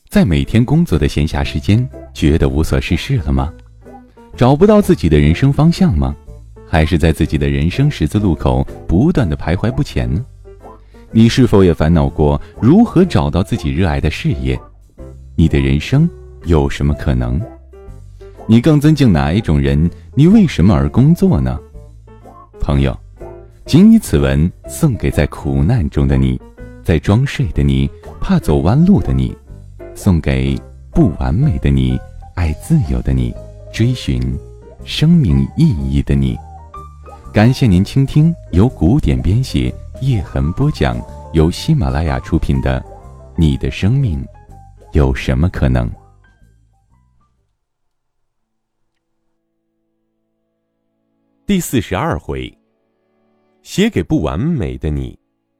在每天工作的闲暇时间，觉得无所事事了吗？找不到自己的人生方向吗？还是在自己的人生十字路口不断的徘徊不前呢？你是否也烦恼过如何找到自己热爱的事业？你的人生有什么可能？你更尊敬哪一种人？你为什么而工作呢？朋友，谨以此文送给在苦难中的你，在装睡的你，怕走弯路的你，送给不完美的你，爱自由的你，追寻生命意义的你。感谢您倾听由古典编写，叶痕播讲，由喜马拉雅出品的《你的生命有什么可能》。 第42回，写给不完美的你。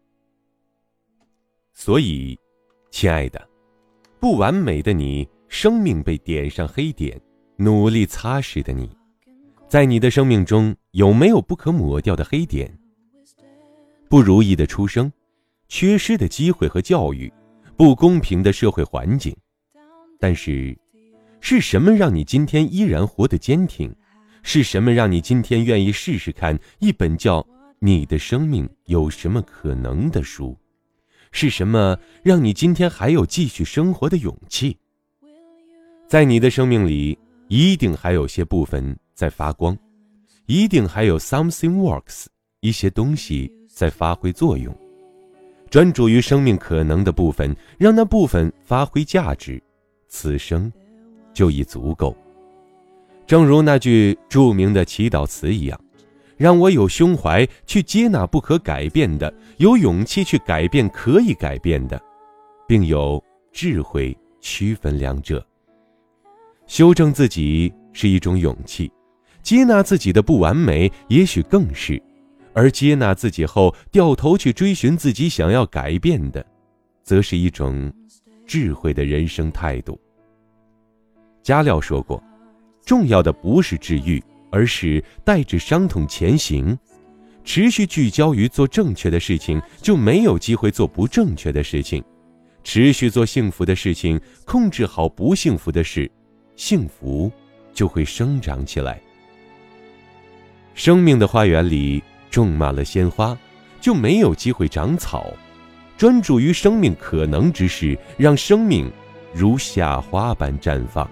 所以，亲爱的，不完美的你，生命被点上黑点，努力擦拭的你，在你的生命中有没有不可抹掉的黑点？不如意的出生，缺失的机会和教育，不公平的社会环境。但是，是什么让你今天依然活得坚挺？是什么让你今天愿意试试看一本叫《你的生命有什么可能》的书？是什么让你今天还有继续生活的勇气？在你的生命里，一定还有些部分在发光，一定还有 something works， 一些东西在发挥作用。专注于生命可能的部分，让那部分发挥价值，此生就已足够。正如那句著名的祈祷词一样，让我有胸怀去接纳不可改变的，有勇气去改变可以改变的，并有智慧区分两者。修正自己是一种勇气，接纳自己的不完美也许更是，而接纳自己后掉头去追寻自己想要改变的，则是一种智慧的人生态度。加廖说过，重要的不是治愈，而是带着伤痛前行。持续聚焦于做正确的事情，就没有机会做不正确的事情。持续做幸福的事情，控制好不幸福的事，幸福就会生长起来。生命的花园里种满了鲜花，就没有机会长草。专注于生命可能之事，让生命如夏花般绽放。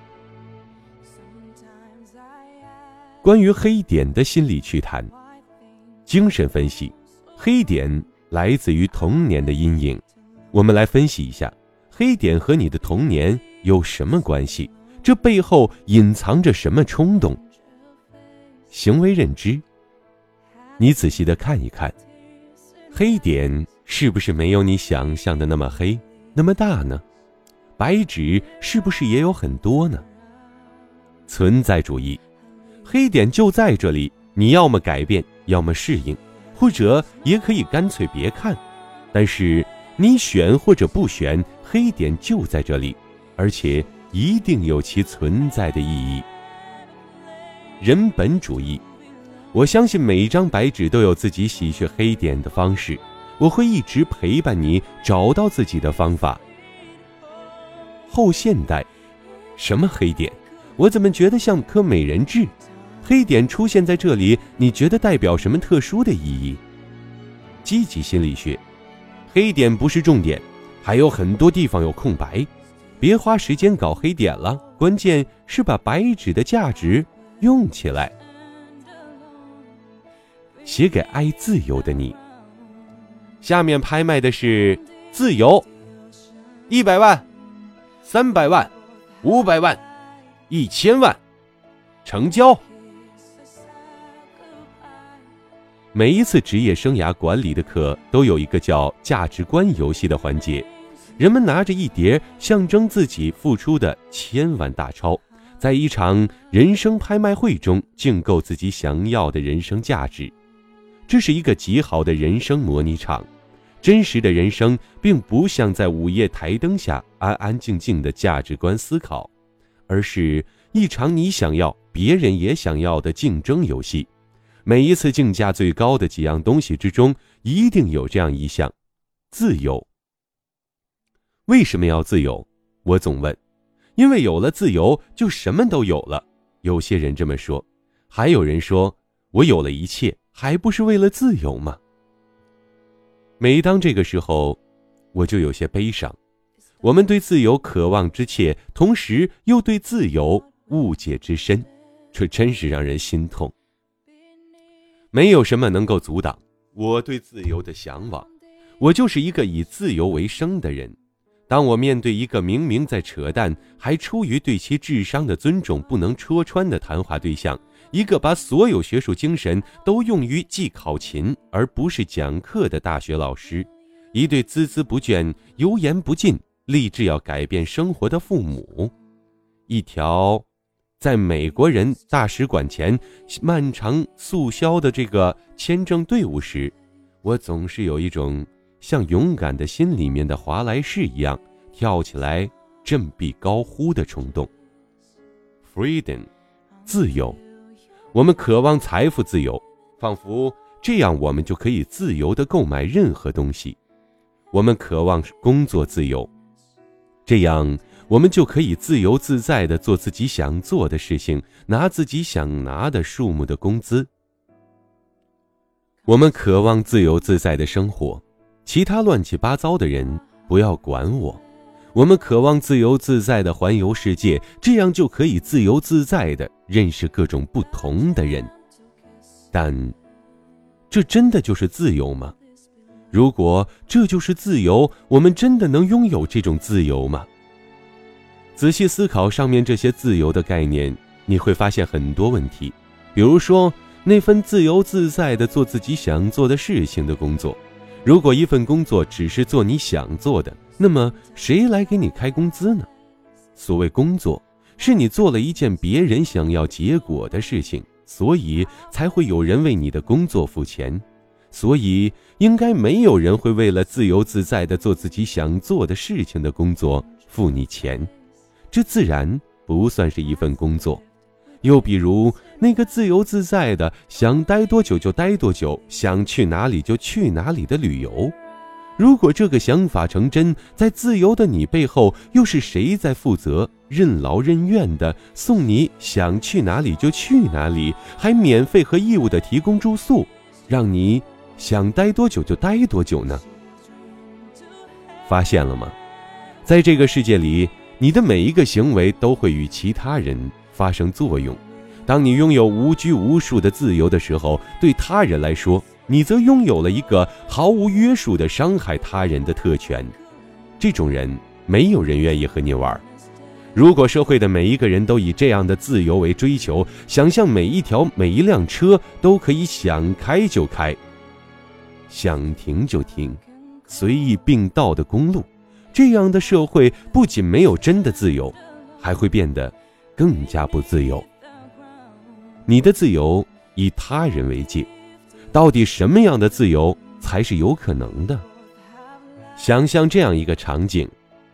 关于黑点的心理趣谈，精神分析，黑点来自于童年的阴影。我们来分析一下，黑点和你的童年有什么关系？这背后隐藏着什么冲动？行为认知，你仔细地看一看，黑点是不是没有你想象的那么黑，那么大呢？白纸是不是也有很多呢？存在主义，黑点就在这里，你要么改变，要么适应，或者也可以干脆别看。但是你选或者不选，黑点就在这里，而且一定有其存在的意义。人本主义，我相信每一张白纸都有自己洗去黑点的方式，我会一直陪伴你找到自己的方法。后现代，什么黑点？我怎么觉得像颗美人痣？黑点出现在这里，你觉得代表什么特殊的意义？积极心理学，黑点不是重点，还有很多地方有空白，别花时间搞黑点了，关键是把白纸的价值用起来。写给爱自由的你。下面拍卖的是自由，100万、300万、500万、1000万，成交。每一次职业生涯管理的课都有一个叫价值观游戏的环节，人们拿着一叠象征自己付出的1000万大钞，在一场人生拍卖会中竞购自己想要的人生价值。这是一个极好的人生模拟场。真实的人生并不像在午夜台灯下安安静静的价值观思考，而是一场你想要别人也想要的竞争游戏。每一次竞价最高的几样东西之中，一定有这样一项：自由。为什么要自由？ 我总问，因为有了自由就什么都有了。有些人这么说，还有人说，我有了一切还不是为了自由吗？每当这个时候，我就有些悲伤。我们对自由渴望之切，同时又对自由误解之深，这真是让人心痛。没有什么能够阻挡我对自由的向往，我就是一个以自由为生的人。当我面对一个明明在扯淡，还出于对其智商的尊重不能戳穿的谈话对象，一个把所有学术精神都用于记考勤而不是讲课的大学老师，一对孜孜不倦、油盐不进、立志要改变生活的父母，一条在美国人大使馆前漫长速销的这个签证队伍时，我总是有一种像勇敢的心里面的华莱士一样跳起来振臂高呼的冲动。 Freedom， 自由。我们渴望财富自由，仿佛这样我们就可以自由地购买任何东西。我们渴望工作自由，这样我们就可以自由自在地做自己想做的事情，拿自己想拿的数目的工资。我们渴望自由自在的生活，其他乱七八糟的人不要管我。我们渴望自由自在地环游世界，这样就可以自由自在地认识各种不同的人。但这真的就是自由吗？如果这就是自由，我们真的能拥有这种自由吗？仔细思考上面这些自由的概念，你会发现很多问题。比如说，那份自由自在地做自己想做的事情的工作，如果一份工作只是做你想做的，那么谁来给你开工资呢？所谓工作，是你做了一件别人想要结果的事情，所以才会有人为你的工作付钱。所以应该没有人会为了自由自在地做自己想做的事情的工作付你钱，这自然不算是一份工作。又比如那个自由自在的想待多久就待多久，想去哪里就去哪里的旅游，如果这个想法成真，在自由的你背后又是谁在负责任劳任怨的送你想去哪里就去哪里，还免费和义务的提供住宿，让你想待多久就待多久呢？发现了吗？在这个世界里，你的每一个行为都会与其他人发生作用。当你拥有无拘无束的自由的时候，对他人来说，你则拥有了一个毫无约束的伤害他人的特权。这种人，没有人愿意和你玩。如果社会的每一个人都以这样的自由为追求，想象每一辆车都可以想开就开，想停就停，随意并道的公路，这样的社会不仅没有真的自由，还会变得更加不自由。你的自由以他人为界，到底什么样的自由才是有可能的？想象这样一个场景，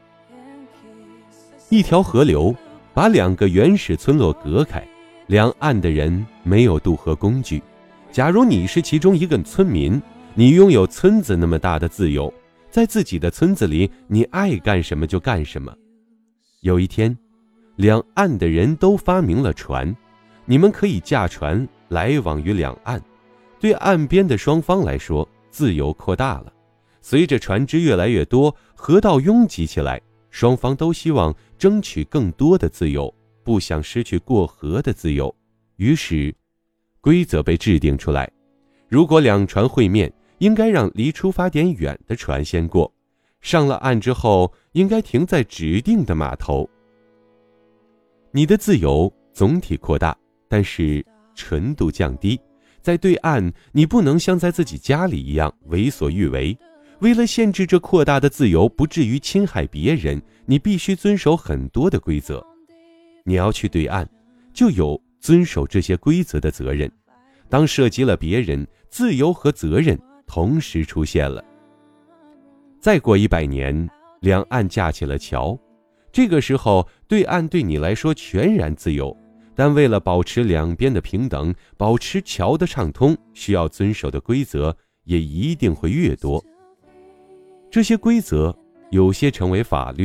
一条河流把两个原始村落隔开，两岸的人没有渡河工具。假如你是其中一个村民，你拥有村子那么大的自由，在自己的村子里，你爱干什么就干什么。有一天，两岸的人都发明了船，你们可以驾船来往于两岸。对岸边的双方来说，自由扩大了。随着船只越来越多，河道拥挤起来，双方都希望争取更多的自由，不想失去过河的自由。于是规则被制定出来，如果两船会面，应该让离出发点远的船先过，上了岸之后应该停在指定的码头。你的自由总体扩大，但是纯度降低。在对岸，你不能像在自己家里一样为所欲为。为了限制这扩大的自由不至于侵害别人，你必须遵守很多的规则。你要去对岸，就有遵守这些规则的责任。当涉及了别人，自由和责任同时出现了。再过100年，两岸架起了桥，这个时候对岸对你来说全然自由，但为了保持两边的平等，保持桥的畅通，需要遵守的规则也一定会越多。这些规则有些成为法律，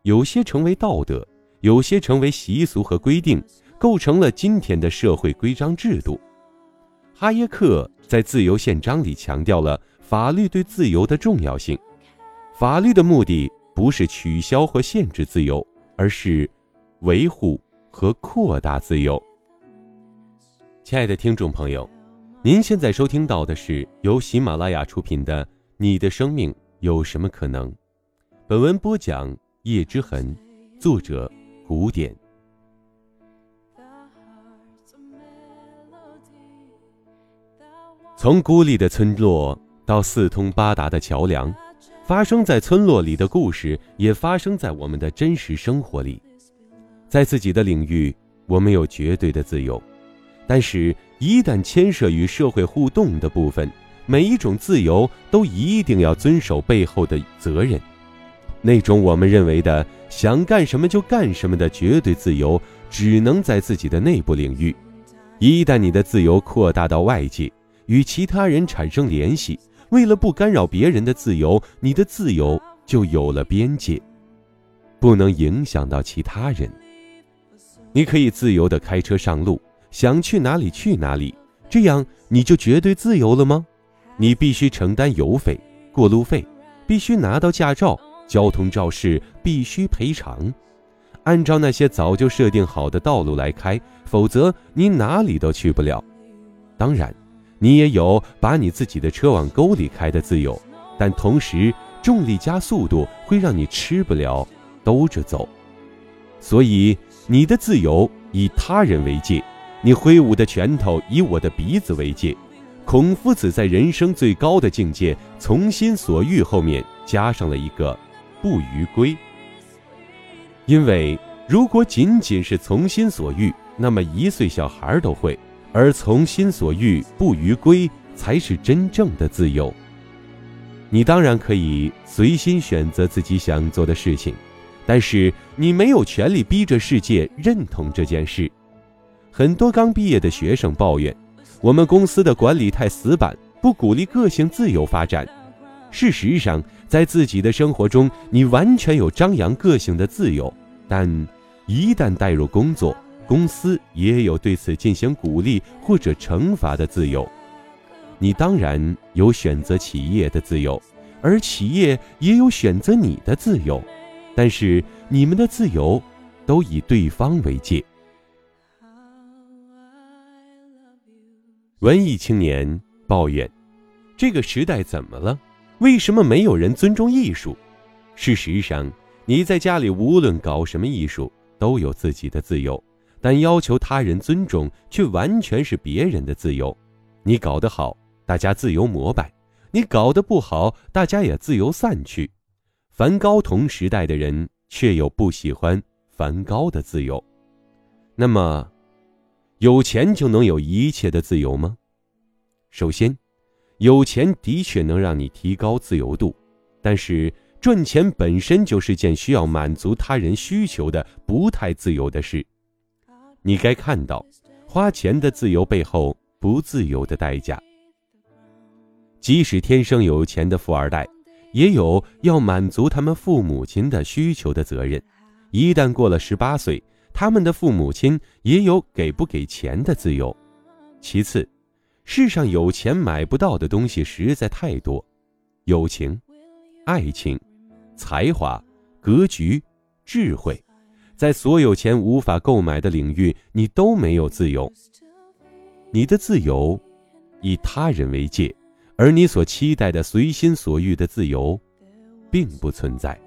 有些成为道德，有些成为习俗和规定，构成了今天的社会规章制度。哈耶克在自由宪章里强调了法律对自由的重要性。法律的目的不是取消或限制自由，而是维护和扩大自由。亲爱的听众朋友，您现在收听到的是由喜马拉雅出品的《你的生命有什么可能》，本文播讲叶之痕，作者古典。从孤立的村落到四通八达的桥梁，发生在村落里的故事也发生在我们的真实生活里。在自己的领域，我们有绝对的自由，但是一旦牵涉与社会互动的部分，每一种自由都一定要遵守背后的责任。那种我们认为的想干什么就干什么的绝对自由，只能在自己的内部领域。一旦你的自由扩大到外界，与其他人产生联系，为了不干扰别人的自由，你的自由就有了边界，不能影响到其他人。你可以自由地开车上路，想去哪里去哪里，这样你就绝对自由了吗？你必须承担油费、过路费，必须拿到驾照，交通肇事必须赔偿。按照那些早就设定好的道路来开，否则你哪里都去不了。当然，你也有把你自己的车往沟里开的自由，但同时重力加速度会让你吃不了兜着走。所以你的自由以他人为界，你挥舞的拳头以我的鼻子为界。孔夫子在人生最高的境界从心所欲后面加上了一个不逾规。因为如果仅仅是从心所欲，那么1岁小孩都会，而从心所欲不逾规才是真正的自由。你当然可以随心选择自己想做的事情，但是你没有权利逼着世界认同这件事。很多刚毕业的学生抱怨，我们公司的管理太死板，不鼓励个性自由发展。事实上，在自己的生活中，你完全有张扬个性的自由，但一旦带入工作，公司也有对此进行鼓励或者惩罚的自由。你当然有选择企业的自由，而企业也有选择你的自由，但是你们的自由都以对方为界。文艺青年抱怨，这个时代怎么了？为什么没有人尊重艺术？事实上，你在家里无论搞什么艺术，都有自己的自由，但要求他人尊重却完全是别人的自由。你搞得好，大家自由膜拜；你搞得不好，大家也自由散去。梵高同时代的人却有不喜欢梵高的自由。那么，有钱就能有一切的自由吗？首先，有钱的确能让你提高自由度，但是赚钱本身就是件需要满足他人需求的不太自由的事。你该看到，花钱的自由背后不自由的代价。即使天生有钱的富二代，也有要满足他们父母亲的需求的责任。一旦过了18岁，他们的父母亲也有给不给钱的自由。其次，世上有钱买不到的东西实在太多，友情、爱情、才华、格局、智慧，在所有钱无法购买的领域，你都没有自由。你的自由以他人为界，而你所期待的随心所欲的自由并不存在。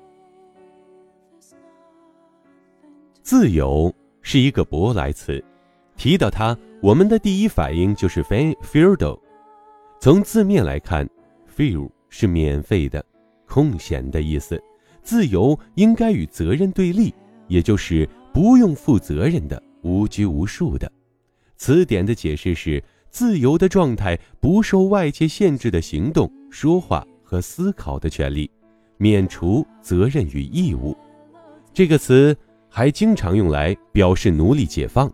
自由是一个舶来词，提到它，我们的第一反应就是 freedom。 从字面来看， free 是免费的、空闲的意思，自由应该与责任对立，也就是不用负责任的、无拘无束的。词典的解释是，自由的状态不受外界限制的行动、说话和思考的权利，免除责任与义务。这个词还经常用来表示奴隶解放，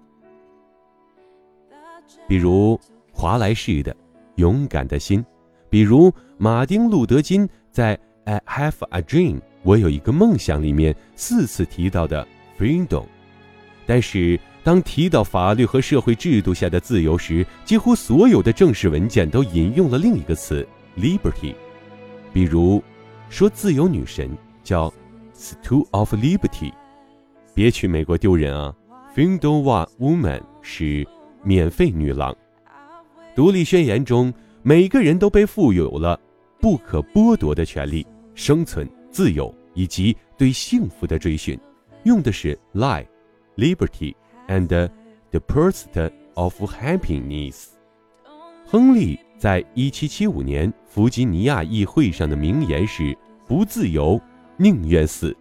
比如华莱士的勇敢的心，比如马丁路德金在 I Have a Dream 我有一个梦想》里面4次提到的 freedom， 但是当提到法律和社会制度下的自由时，几乎所有的正式文件都引用了另一个词 liberty。 比如说自由女神叫 Statue of Liberty， 别去美国丢人啊， Freedom Woman 是免费女郎。独立宣言中，每个人都被赋有了不可剥夺的权利、生存、自由以及对幸福的追寻，用的是 life, liberty and the pursuit of happiness。 亨利在1775年弗吉尼亚议会上的名言是不自由宁愿死。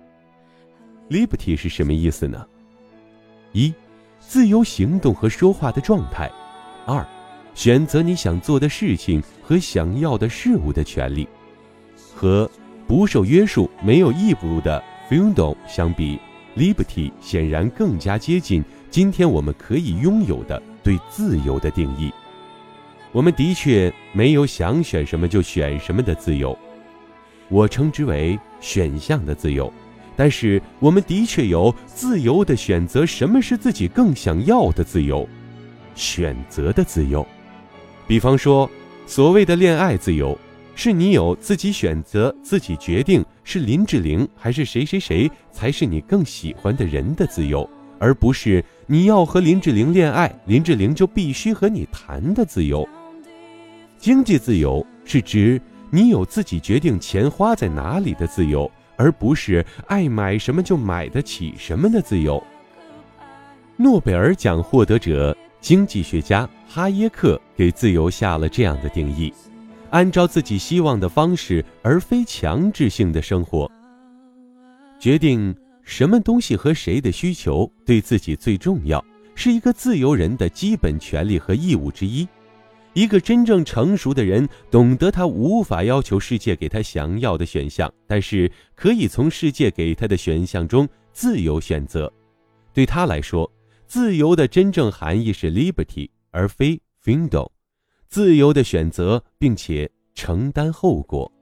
Liberty 是什么意思呢？1. 自由行动和说话的状态。2. 选择你想做的事情和想要的事物的权利。和不受约束、没有义务的 freedom 相比， liberty 显然更加接近今天我们可以拥有的对自由的定义。我们的确没有想选什么就选什么的自由，我称之为选项的自由，但是我们的确有自由地选择什么是自己更想要的自由，选择的自由。比方说，所谓的恋爱自由，是你有自己选择、自己决定是林志玲还是谁谁谁才是你更喜欢的人的自由，而不是你要和林志玲恋爱，林志玲就必须和你谈的自由。经济自由是指你有自己决定钱花在哪里的自由，而不是爱买什么就买得起什么的自由。诺贝尔奖获得者经济学家哈耶克给自由下了这样的定义：按照自己希望的方式，而非强制性的生活。决定什么东西和谁的需求对自己最重要，是一个自由人的基本权利和义务之一。一个真正成熟的人懂得他无法要求世界给他想要的选项，但是可以从世界给他的选项中自由选择。对他来说，自由的真正含义是 liberty 而非 freedom， 自由的选择并且承担后果。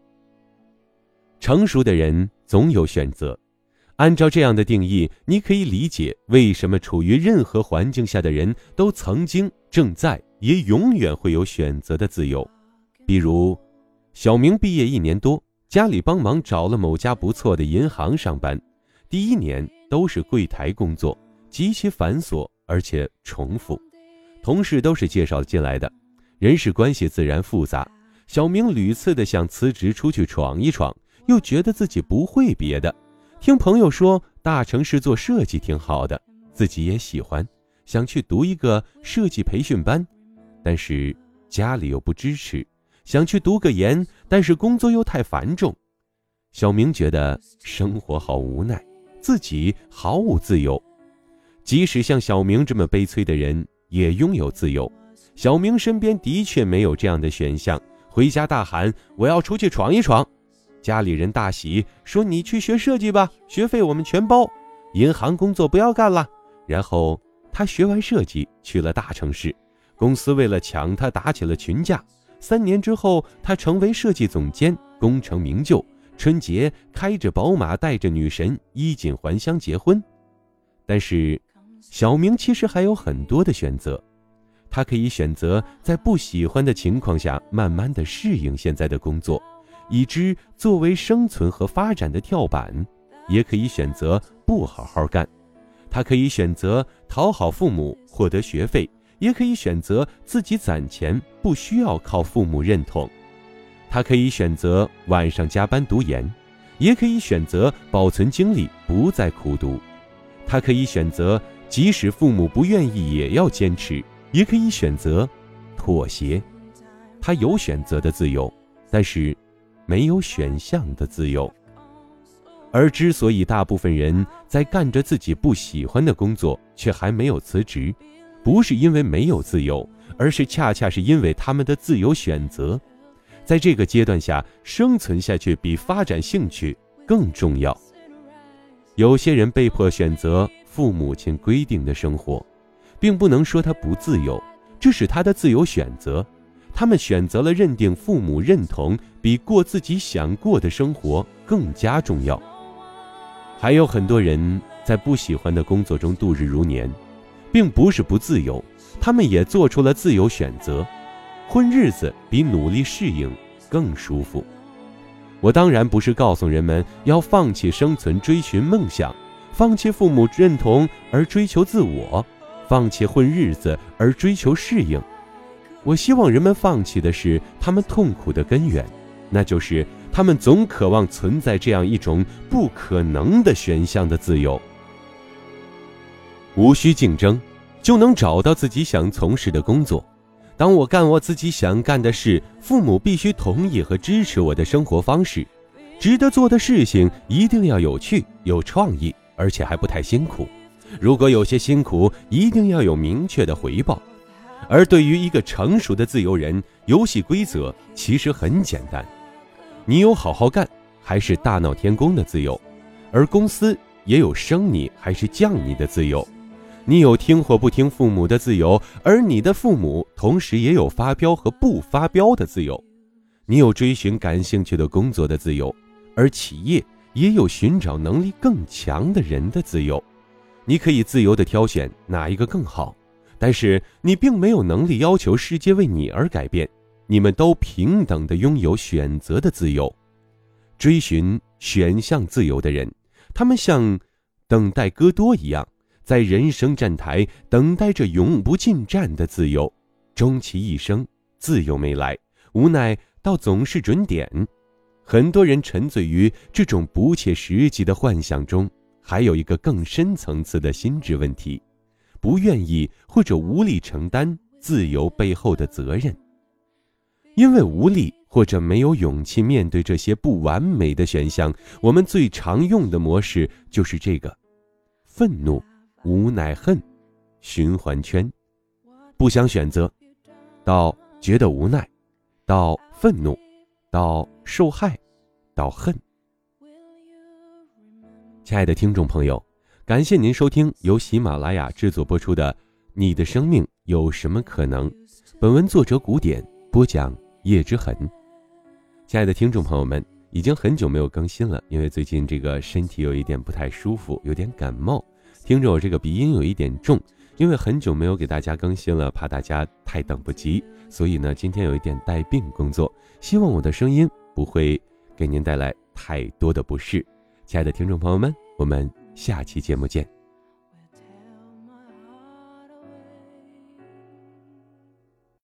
成熟的人总有选择。按照这样的定义，你可以理解为什么处于任何环境下的人都曾经、正在、也永远会有选择的自由。比如，小明毕业1年多，家里帮忙找了某家不错的银行上班，第1年都是柜台工作，极其繁琐而且重复，同事都是介绍进来的，人事关系自然复杂。小明屡次的想辞职出去闯一闯，又觉得自己不会别的。听朋友说大城市做设计挺好的，自己也喜欢，想去读一个设计培训班，但是家里又不支持，想去读个研，但是工作又太繁重。小明觉得生活好无奈，自己毫无自由。即使像小明这么悲催的人也拥有自由，小明身边的确没有这样的选项，回家大喊我要出去闯一闯，家里人大喜，说你去学设计吧，学费我们全包，银行工作不要干了。然后他学完设计去了大城市，公司为了抢他打起了群架。3年之后，他成为设计总监，功成名就，春节开着宝马带着女神衣锦还乡结婚。但是小明其实还有很多的选择，他可以选择在不喜欢的情况下慢慢的适应现在的工作，以之作为生存和发展的跳板，也可以选择不好好干。他可以选择讨好父母获得学费，也可以选择自己攒钱不需要靠父母认同。他可以选择晚上加班读研，也可以选择保存精力不再苦读。他可以选择即使父母不愿意也要坚持，也可以选择妥协。他有选择的自由，但是没有选项的自由。而之所以大部分人在干着自己不喜欢的工作却还没有辞职，不是因为没有自由，而是恰恰是因为他们的自由选择。在这个阶段下，生存下去比发展兴趣更重要。有些人被迫选择父母亲规定的生活，并不能说他不自由，这是他的自由选择。 他们选择了认定父母认同比过自己想过的生活更加重要。还有很多人在不喜欢的工作中度日如年，并不是不自由，他们也做出了自由选择，混日子比努力适应更舒服。我当然不是告诉人们要放弃生存追寻梦想，放弃父母认同而追求自我，放弃混日子而追求适应。我希望人们放弃的是他们痛苦的根源，那就是他们总渴望存在这样一种不可能的选项的自由。无需竞争，就能找到自己想从事的工作。当我干我自己想干的事，父母必须同意和支持我的生活方式。值得做的事情一定要有趣、有创意，而且还不太辛苦。如果有些辛苦，一定要有明确的回报。而对于一个成熟的自由人，游戏规则其实很简单，你有好好干还是大闹天宫的自由，而公司也有升你还是降你的自由。你有听或不听父母的自由，而你的父母同时也有发飙和不发飙的自由。你有追寻感兴趣的工作的自由，而企业也有寻找能力更强的人的自由。你可以自由地挑选哪一个更好，但是你并没有能力要求世界为你而改变。你们都平等地拥有选择的自由。追寻选项自由的人，他们像等待戈多一样，在人生站台等待着永不进站的自由。终其一生，自由没来，无奈到总是准点。很多人沉醉于这种不切实际的幻想中，还有一个更深层次的心智问题，不愿意或者无力承担自由背后的责任。因为无力或者没有勇气面对这些不完美的选项，我们最常用的模式就是这个：愤怒、无奈、恨，循环圈。不想选择，到觉得无奈，到愤怒，到受害，到恨。亲爱的听众朋友，感谢您收听由喜马拉雅制作播出的《你的生命有什么可能》，本文作者古典，播讲叶之痕。亲爱的听众朋友们，已经很久没有更新了，因为最近这个身体有一点不太舒服，有点感冒，听着我这个鼻音有一点重，因为很久没有给大家更新了，怕大家太等不及，所以呢今天有一点带病工作，希望我的声音不会给您带来太多的不适。亲爱的听众朋友们，我们下期节目见。